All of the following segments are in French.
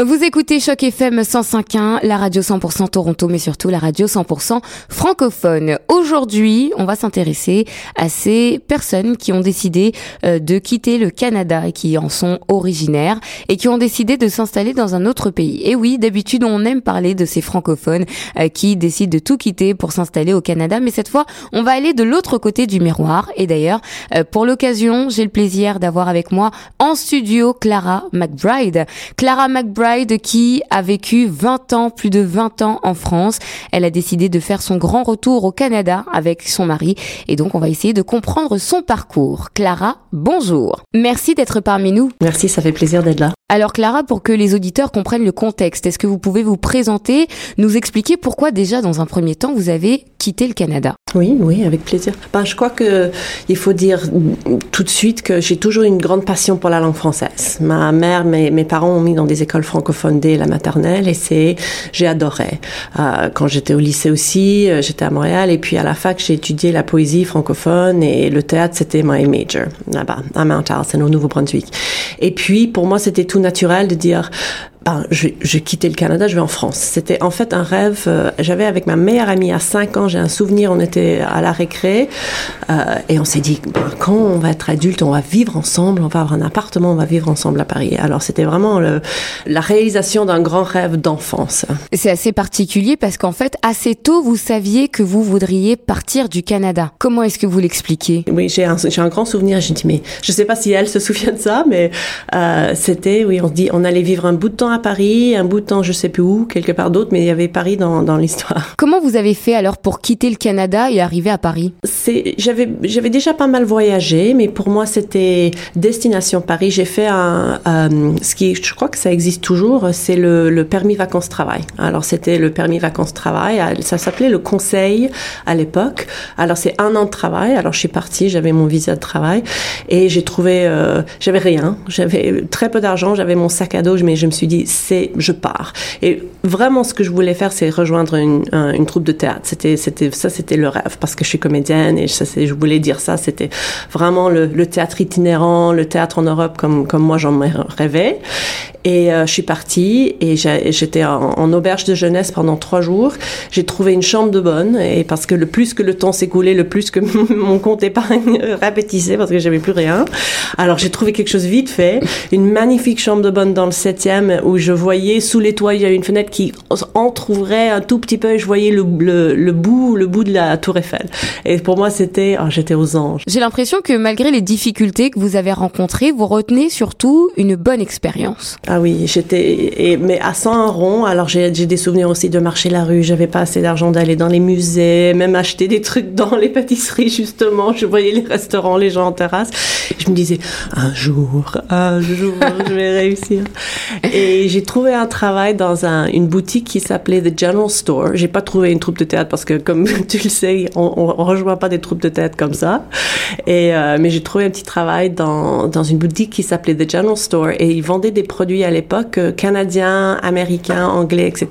Vous écoutez Choc FM 105.1, la radio 100% Toronto, mais surtout la radio 100% francophone. Aujourd'hui, on va s'intéresser à ces personnes qui ont décidé de quitter le Canada et qui en sont originaires et qui ont décidé de s'installer dans un autre pays. Et oui, d'habitude, on aime parler de ces francophones qui décident de tout quitter pour s'installer au Canada, mais cette fois, on va aller de l'autre côté du miroir. Et d'ailleurs, pour l'occasion, j'ai le plaisir d'avoir avec moi en studio Clara McBride. Clara McBride qui a vécu 20 ans, plus de 20 ans en France. Elle a décidé de faire son grand retour au Canada avec son mari et donc on va essayer de comprendre son parcours. Clara, bonjour. Merci d'être parmi nous. Merci, ça fait plaisir d'être là. Alors Clara, pour que les auditeurs comprennent le contexte, est-ce que vous pouvez vous présenter, nous expliquer pourquoi déjà dans un premier temps vous avez quitté le Canada? Oui, avec plaisir. Je crois que il faut dire tout de suite que j'ai toujours une grande passion pour la langue française. Ma mère, mes parents ont mis dans des écoles francophones dès la maternelle et j'ai adoré. Quand j'étais au lycée aussi, j'étais à Montréal et puis à la fac, j'ai étudié la poésie francophone et le théâtre, c'était my major, là-bas, à Mount Allison, au Nouveau-Brunswick. Et puis, pour moi, c'était tout naturel de dire, je quittais le Canada, je vais en France. C'était en fait un rêve. J'avais avec ma meilleure amie à 5 ans, j'ai un souvenir, on était à la récré et on s'est dit, quand on va être adulte, on va vivre ensemble, on va avoir un appartement, on va vivre ensemble à Paris. Alors c'était vraiment la réalisation d'un grand rêve d'enfance. C'est assez particulier parce qu'en fait, assez tôt, vous saviez que vous voudriez partir du Canada. Comment est-ce que vous l'expliquez? Oui, j'ai un grand souvenir. J'ai dit, mais je sais pas si elle se souvient de ça, mais c'était, oui, on se dit, on allait vivre un bout de temps à Paris, un bout de temps je sais plus où, quelque part d'autre, mais il y avait Paris dans l'histoire. Comment vous avez fait alors pour quitter le Canada et arriver à Paris? J'avais déjà pas mal voyagé, mais pour moi c'était destination Paris. J'ai fait je crois que ça existe toujours, c'est le permis vacances-travail. Alors c'était le permis vacances-travail, ça s'appelait le conseil à l'époque. Alors c'est 1 an de travail, alors je suis partie, j'avais mon visa de travail et j'ai trouvé, j'avais rien, j'avais très peu d'argent, j'avais mon sac à dos, mais je me suis dit, je pars. Et vraiment, ce que je voulais faire, c'est rejoindre une troupe de théâtre. C'était le rêve, parce que je suis comédienne et je voulais dire ça. C'était vraiment le théâtre itinérant, le théâtre en Europe comme moi j'en rêvais. Et je suis partie et j'étais en auberge de jeunesse pendant 3 jours. J'ai trouvé une chambre de bonne et parce que le plus que le temps s'écoulait, le plus que mon compte épargne répétissait parce que j'avais plus rien. Alors j'ai trouvé quelque chose vite fait, une magnifique chambre de bonne dans le 7e où je voyais sous les toits, il y avait une fenêtre qui entrouvrait un tout petit peu et je voyais le bout de la Tour Eiffel. Et pour moi j'étais aux anges. J'ai l'impression que malgré les difficultés que vous avez rencontrées, vous retenez surtout une bonne expérience. Ah oui, mais à 100 ronds. Alors j'ai des souvenirs aussi de marcher la rue. J'avais pas assez d'argent d'aller dans les musées, même acheter des trucs dans les pâtisseries justement. Je voyais les restaurants, les gens en terrasse. Je me disais un jour, je vais réussir. Et j'ai trouvé un travail dans une boutique qui s'appelait The General Store. J'ai pas trouvé une troupe de théâtre parce que comme tu le sais, on rejoint pas des troupes de théâtre comme ça. Mais j'ai trouvé un petit travail dans une boutique qui s'appelait The General Store et ils vendaient des produits à l'époque canadiens, américains, anglais, etc.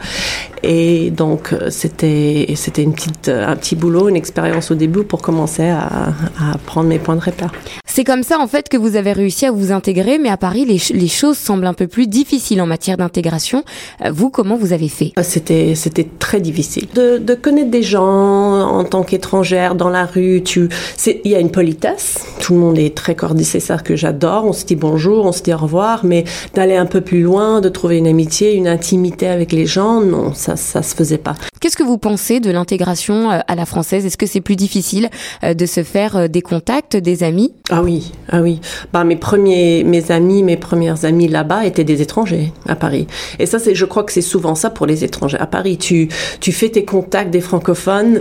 Et donc c'était un petit boulot, une expérience au début pour commencer à prendre mes points de repère. C'est comme ça en fait que vous avez réussi à vous intégrer, mais à Paris les choses semblent un peu plus difficiles en matière d'intégration. Vous, comment vous avez fait? C'était très difficile de connaître des gens en tant qu'étrangère dans la rue. Il y a une politesse, tout le monde est très cordial, c'est ça que j'adore. On se dit bonjour, on se dit au revoir, mais d'aller un peu plus loin, de trouver une amitié, une intimité avec les gens, non, ça se faisait pas. Qu'est-ce que vous pensez de l'intégration à la française? Est-ce que c'est plus difficile de se faire des contacts, des amis? Ah oui. Mes premières amies là-bas étaient des étrangers à Paris. Et ça, je crois que c'est souvent ça pour les étrangers. À Paris, tu fais tes contacts des francophones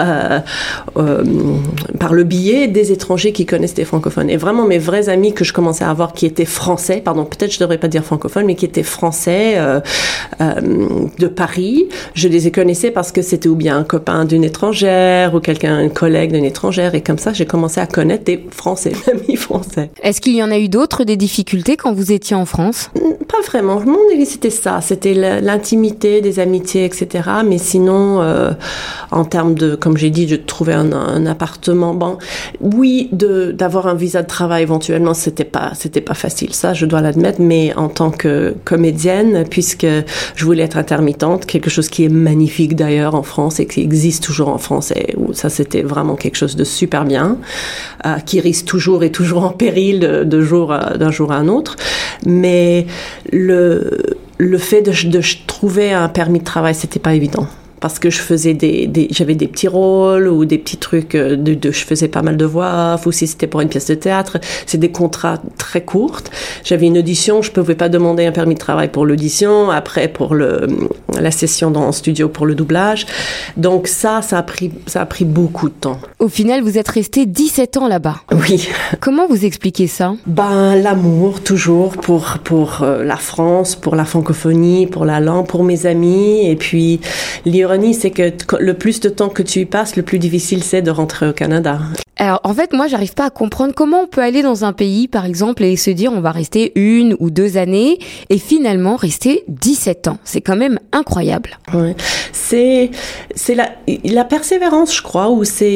par le biais des étrangers qui connaissent des francophones. Et vraiment, mes vrais amis que je commençais à avoir qui étaient français, peut-être je devrais pas dire francophones, mais qui étaient français de Paris, oui, je les connaissais parce que c'était ou bien un copain d'une étrangère ou un collègue d'une étrangère. Et comme ça, j'ai commencé à connaître des Français, amis français. Est-ce qu'il y en a eu d'autres, des difficultés quand vous étiez en France? Pas vraiment. Mon avis, c'était ça. C'était l'intimité, des amitiés, etc. Mais sinon, en termes de, comme j'ai dit, de trouver un appartement. Bon, oui, d'avoir un visa de travail éventuellement, c'était pas facile. Ça, je dois l'admettre. Mais en tant que comédienne, puisque je voulais être intermittente, quelque chose qui est magnifique d'ailleurs en France et qui existe toujours en France, et ça, c'était vraiment quelque chose de super bien, qui risque toujours et toujours en péril d'un jour à un autre. Mais le fait de trouver un permis de travail, c'était pas évident. Parce que je faisais j'avais des petits rôles ou des petits trucs je faisais pas mal de voix off, ou si c'était pour une pièce de théâtre, c'est des contrats très courts. J'avais une audition, je pouvais pas demander un permis de travail pour l'audition, après pour la session dans le studio pour le doublage. Donc ça a pris beaucoup de temps. Au final, vous êtes resté 17 ans là-bas. Oui. Comment vous expliquez ça? L'amour toujours pour la France, pour la francophonie, pour la langue, pour mes amis, et puis l'ironie, c'est que le plus de temps que tu y passes, le plus difficile c'est de rentrer au Canada. Alors, en fait, moi, j'arrive pas à comprendre comment on peut aller dans un pays, par exemple, et se dire on va rester 1 ou 2 années, et finalement rester 17 ans. C'est quand même incroyable. Ouais. C'est la persévérance, je crois,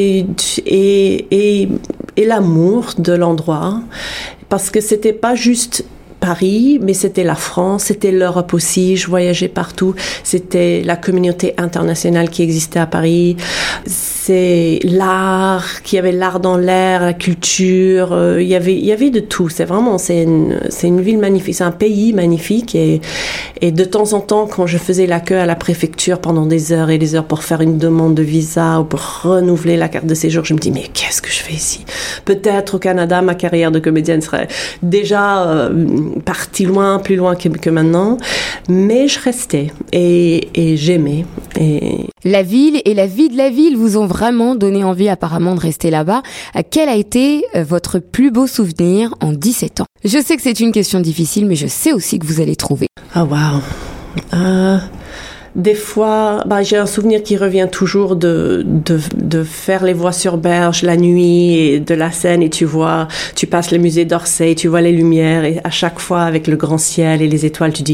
et l'amour de l'endroit, parce que c'était pas juste Paris, mais c'était la France, c'était l'Europe aussi, je voyageais partout, c'était la communauté internationale qui existait à Paris, c'est l'art, qu'il y avait l'art dans l'air, la culture, il y avait de tout, c'est une ville magnifique, c'est un pays magnifique, et de temps en temps, quand je faisais la queue à la préfecture pendant des heures et des heures pour faire une demande de visa ou pour renouveler la carte de séjour, je me dis, mais qu'est-ce que je fais ici? Peut-être au Canada, ma carrière de comédienne serait déjà partie plus loin que maintenant, mais je restais et j'aimais. La ville et la vie de la ville vous ont vraiment donné envie apparemment de rester là-bas. Quel a été votre plus beau souvenir en 17 ans? Je sais que c'est une question difficile, mais je sais aussi que vous allez trouver. Ah, wow. Des fois, j'ai un souvenir qui revient toujours de faire les voies sur berge la nuit et de la Seine, et tu passes le musée d'Orsay, tu vois les lumières, et à chaque fois avec le grand ciel et les étoiles, tu dis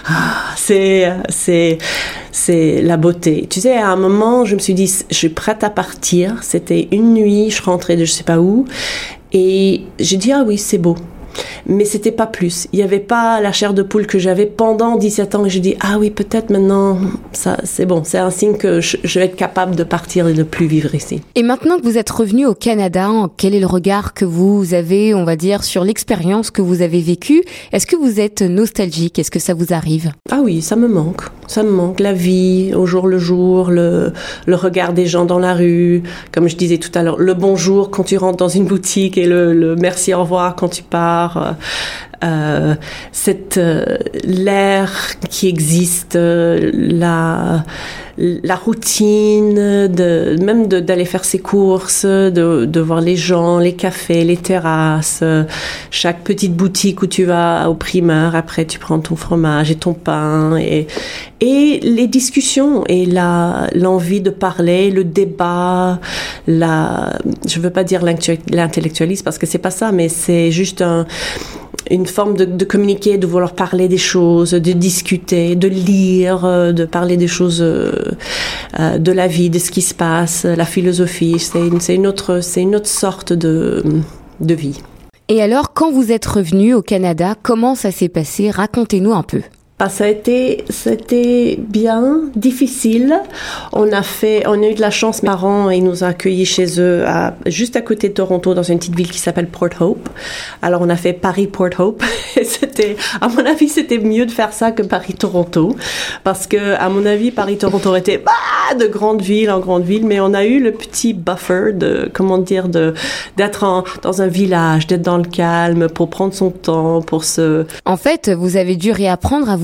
c'est la beauté. Tu sais, à un moment, je me suis dit, je suis prête à partir. C'était une nuit, je rentrais de je sais pas où, et j'ai dit, ah oui, c'est beau. Mais c'était pas plus. Il y avait pas la chair de poule que j'avais pendant 17 ans, et je dis, ah oui, peut-être maintenant, ça, c'est bon. C'est un signe que je vais être capable de partir et de plus vivre ici. Et maintenant que vous êtes revenu au Canada, quel est le regard que vous avez, on va dire, sur l'expérience que vous avez vécue? Est-ce que vous êtes nostalgique? Est-ce que ça vous arrive? Ah oui, ça me manque. Ça me manque. La vie, au jour le jour, le regard des gens dans la rue. Comme je disais tout à l'heure, le bonjour quand tu rentres dans une boutique et le merci, au revoir quand tu pars. L'air qui existe, la routine, d'aller faire ses courses, de voir les gens, les cafés, les terrasses, chaque petite boutique où tu vas au primeur, après tu prends ton fromage et ton pain, et les discussions et l'envie de parler, le débat, je veux pas dire l'intellectualisme parce que c'est pas ça, mais c'est juste une forme de communiquer, de vouloir parler des choses, de discuter, de lire, de parler des choses de la vie, de ce qui se passe, la philosophie. C'est une autre sorte de vie. Et alors, quand vous êtes revenu au Canada, comment ça s'est passé? Racontez-nous un peu. C'était bien difficile. On a eu de la chance. Mes parents, ils nous ont accueillis chez eux, juste à côté de Toronto, dans une petite ville qui s'appelle Port Hope. Alors, on a fait Paris-Port Hope. Et à mon avis, c'était mieux de faire ça que Paris-Toronto. Parce que, à mon avis, Paris-Toronto aurait été, de grande ville en grande ville. Mais on a eu le petit buffer d'être dans un village, d'être dans le calme, pour prendre son temps, En fait, vous avez dû réapprendre à vous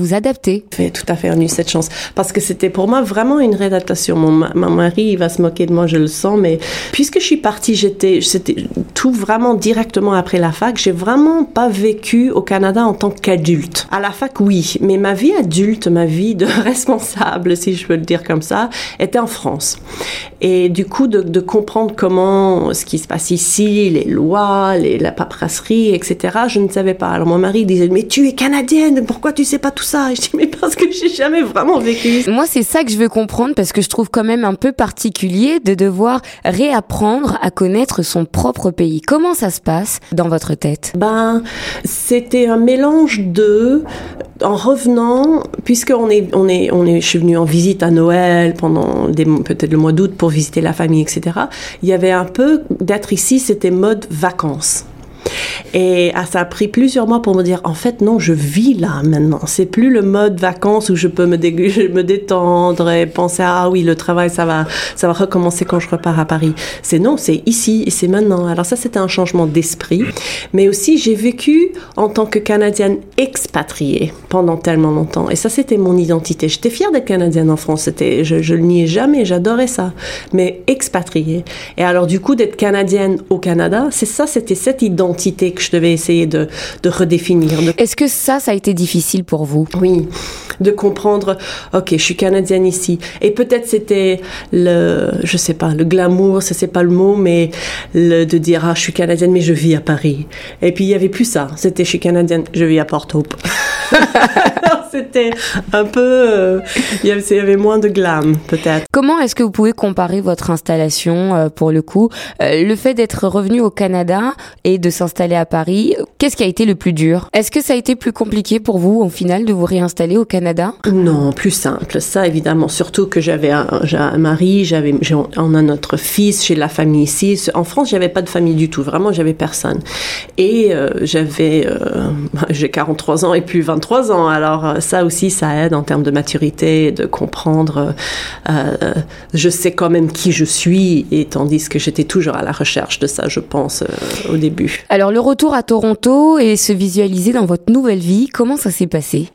vous adapter. Tout à fait, on a eu cette chance. Parce que c'était pour moi vraiment une réadaptation. Mon mari, il va se moquer de moi, je le sens, mais puisque je suis partie, c'était tout vraiment directement après la fac. J'ai vraiment pas vécu au Canada en tant qu'adulte. À la fac, oui, mais ma vie adulte, ma vie de responsable, si je peux le dire comme ça, était en France. Et du coup, de comprendre comment ce qui se passe ici, les lois, la paperasserie, etc., je ne savais pas. Alors mon mari disait, mais tu es canadienne, pourquoi tu sais pas tout ça? Et je dis, mais parce que j'ai jamais vraiment vécu. Moi, c'est ça que je veux comprendre parce que je trouve quand même un peu particulier de devoir réapprendre à connaître son propre pays. Comment ça se passe dans votre tête? C'était un mélange en revenant, je suis venue en visite à Noël pendant peut-être le mois d'août pour visiter la famille, etc. Il y avait un peu d'être ici, c'était mode vacances. Et ça a pris plusieurs mois pour me dire, en fait, non, je vis là maintenant. C'est plus le mode vacances où je peux me détendre et penser, ah oui, le travail, ça va recommencer quand je repars à Paris. C'est ici et c'est maintenant. Alors ça, c'était un changement d'esprit. Mais aussi, j'ai vécu en tant que Canadienne expatriée pendant tellement longtemps. Et ça, c'était mon identité. J'étais fière d'être Canadienne en France. Je le niais jamais, j'adorais ça. Mais expatriée. Et alors, du coup, d'être Canadienne au Canada, c'était cette identité que je devais essayer de redéfinir. Est-ce que ça a été difficile pour vous? Oui, de comprendre, ok, je suis canadienne ici. Et peut-être c'était je sais pas, le glamour, ça c'est pas le mot, mais de dire, je suis canadienne, mais je vis à Paris. Et puis il y avait plus ça. C'était, je suis canadienne, je vis à Port Hope. C'était un peu, il y avait moins de glam, peut-être. Comment est-ce que vous pouvez comparer votre installation, pour le coup, le fait d'être revenu au Canada et de s'installer à Paris, qu'est-ce qui a été le plus dur? Est-ce que ça a été plus compliqué pour vous, au final, de vous réinstaller au Canada? Non, plus simple. Ça, évidemment. Surtout que j'ai un mari, on a notre fils, j'ai de la famille ici. En France, j'avais pas de famille du tout. Vraiment, j'avais personne. Et j'ai 43 ans et plus 23 ans. Alors, ça aussi, ça aide en termes de maturité, de comprendre. Je sais quand même qui je suis, et tandis que j'étais toujours à la recherche de ça, je pense, au début. Alors, le retour à Toronto et se visualiser dans votre nouvelle vie, comment ça s'est passé?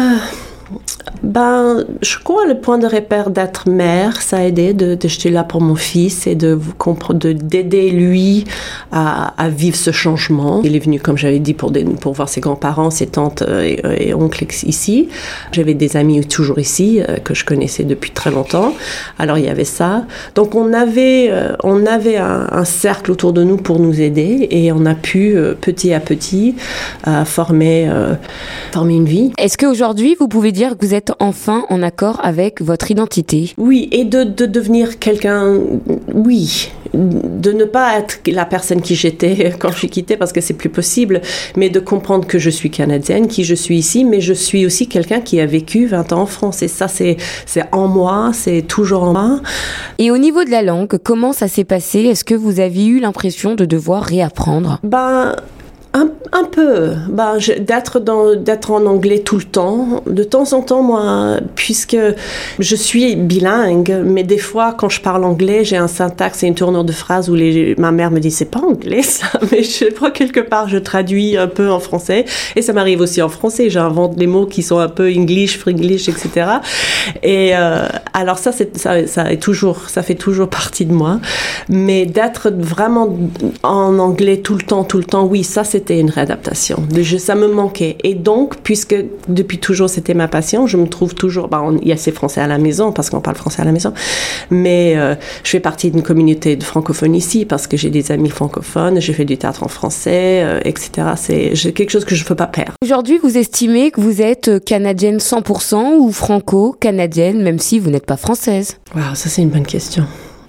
Je crois le point de repère d'être mère, ça a aidé, j'étais là pour mon fils et d'aider lui à vivre ce changement. Il est venu, comme j'avais dit, pour voir ses grands-parents, ses tantes et oncles ici. J'avais des amis toujours ici, que je connaissais depuis très longtemps. Alors il y avait ça. Donc on avait un cercle autour de nous pour nous aider, et on a pu, petit à petit, former une vie. Est-ce qu'aujourd'hui, vous pouvez dire que vous êtes enfin en accord avec votre identité? Oui, et de devenir quelqu'un, oui, de ne pas être la personne qui j'étais quand je suis quittée, parce que c'est plus possible, mais de comprendre que je suis canadienne, qui je suis ici, mais je suis aussi quelqu'un qui a vécu 20 ans en France, et ça, c'est en moi, c'est toujours en moi. Et au niveau de la langue, comment ça s'est passé? Est-ce que vous avez eu l'impression de devoir réapprendre? Un peu. D'être en anglais tout le temps. De temps en temps, moi, puisque je suis bilingue, mais des fois, quand je parle anglais, j'ai un syntaxe et une tournure de phrase où ma mère me dit, c'est pas anglais, ça, mais je crois quelque part, je traduis un peu en français. Et ça m'arrive aussi en français. J'invente des mots qui sont un peu English, Fringlish, etc. Et, alors ça fait toujours partie de moi. Mais d'être vraiment en anglais tout le temps, oui, ça, c'était une réadaptation. Ça me manquait. Et donc, puisque depuis toujours c'était ma passion, je me trouve toujours, il y a ces Français à la maison, parce qu'on parle français à la maison, mais je fais partie d'une communauté de francophones ici, parce que j'ai des amis francophones, j'ai fait du théâtre en français, etc. C'est quelque chose que je ne peux pas perdre. Aujourd'hui, vous estimez que vous êtes canadienne 100% ou franco-canadienne, même si vous n'êtes pas française? Wow, ça c'est une bonne question.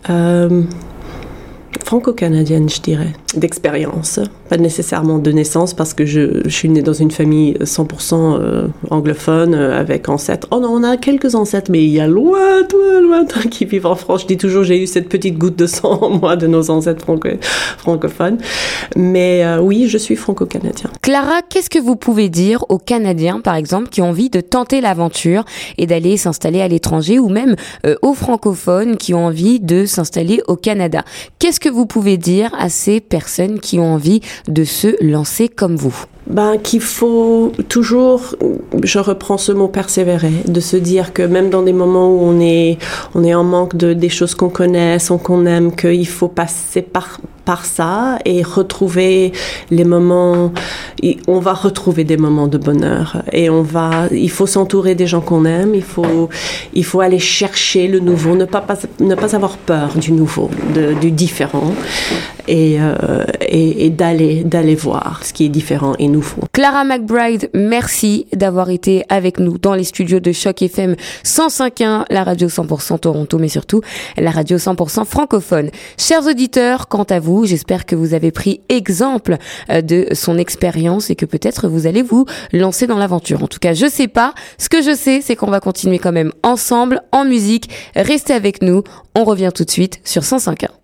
Franco-canadienne, je dirais, d'expérience, pas nécessairement de naissance, parce que je suis née dans une famille 100% anglophone, avec ancêtres. Oh non, on a quelques ancêtres, mais il y a lointain qui vivent en France. Je dis toujours, j'ai eu cette petite goutte de sang en moi de nos ancêtres francophones. Mais oui, je suis franco-canadien. Clara, qu'est-ce que vous pouvez dire aux Canadiens, par exemple, qui ont envie de tenter l'aventure et d'aller s'installer à l'étranger, ou même aux francophones qui ont envie de s'installer au Canada? Qu'est-ce que vous pouvez dire à ces personnes qui ont envie de se lancer comme vous? qu'il faut toujours, je reprends ce mot persévérer, de se dire que même dans des moments où on est en manque des choses qu'on connaît, qu'on aime, qu'il faut passer par ça et retrouver les moments, on va retrouver des moments de bonheur et il faut s'entourer des gens qu'on aime, il faut aller chercher le nouveau, ne pas avoir peur du nouveau, du différent et d'aller voir ce qui est différent et nouveau. Clara McBride, merci d'avoir été avec nous dans les studios de Choc FM 105.1, la radio 100% Toronto, mais surtout la radio 100% francophone. Chers auditeurs, quant à vous, j'espère que vous avez pris exemple de son expérience et que peut-être vous allez vous lancer dans l'aventure. En tout cas, je sais pas. Ce que je sais, c'est qu'on va continuer quand même ensemble en musique. Restez avec nous. On revient tout de suite sur 105.1.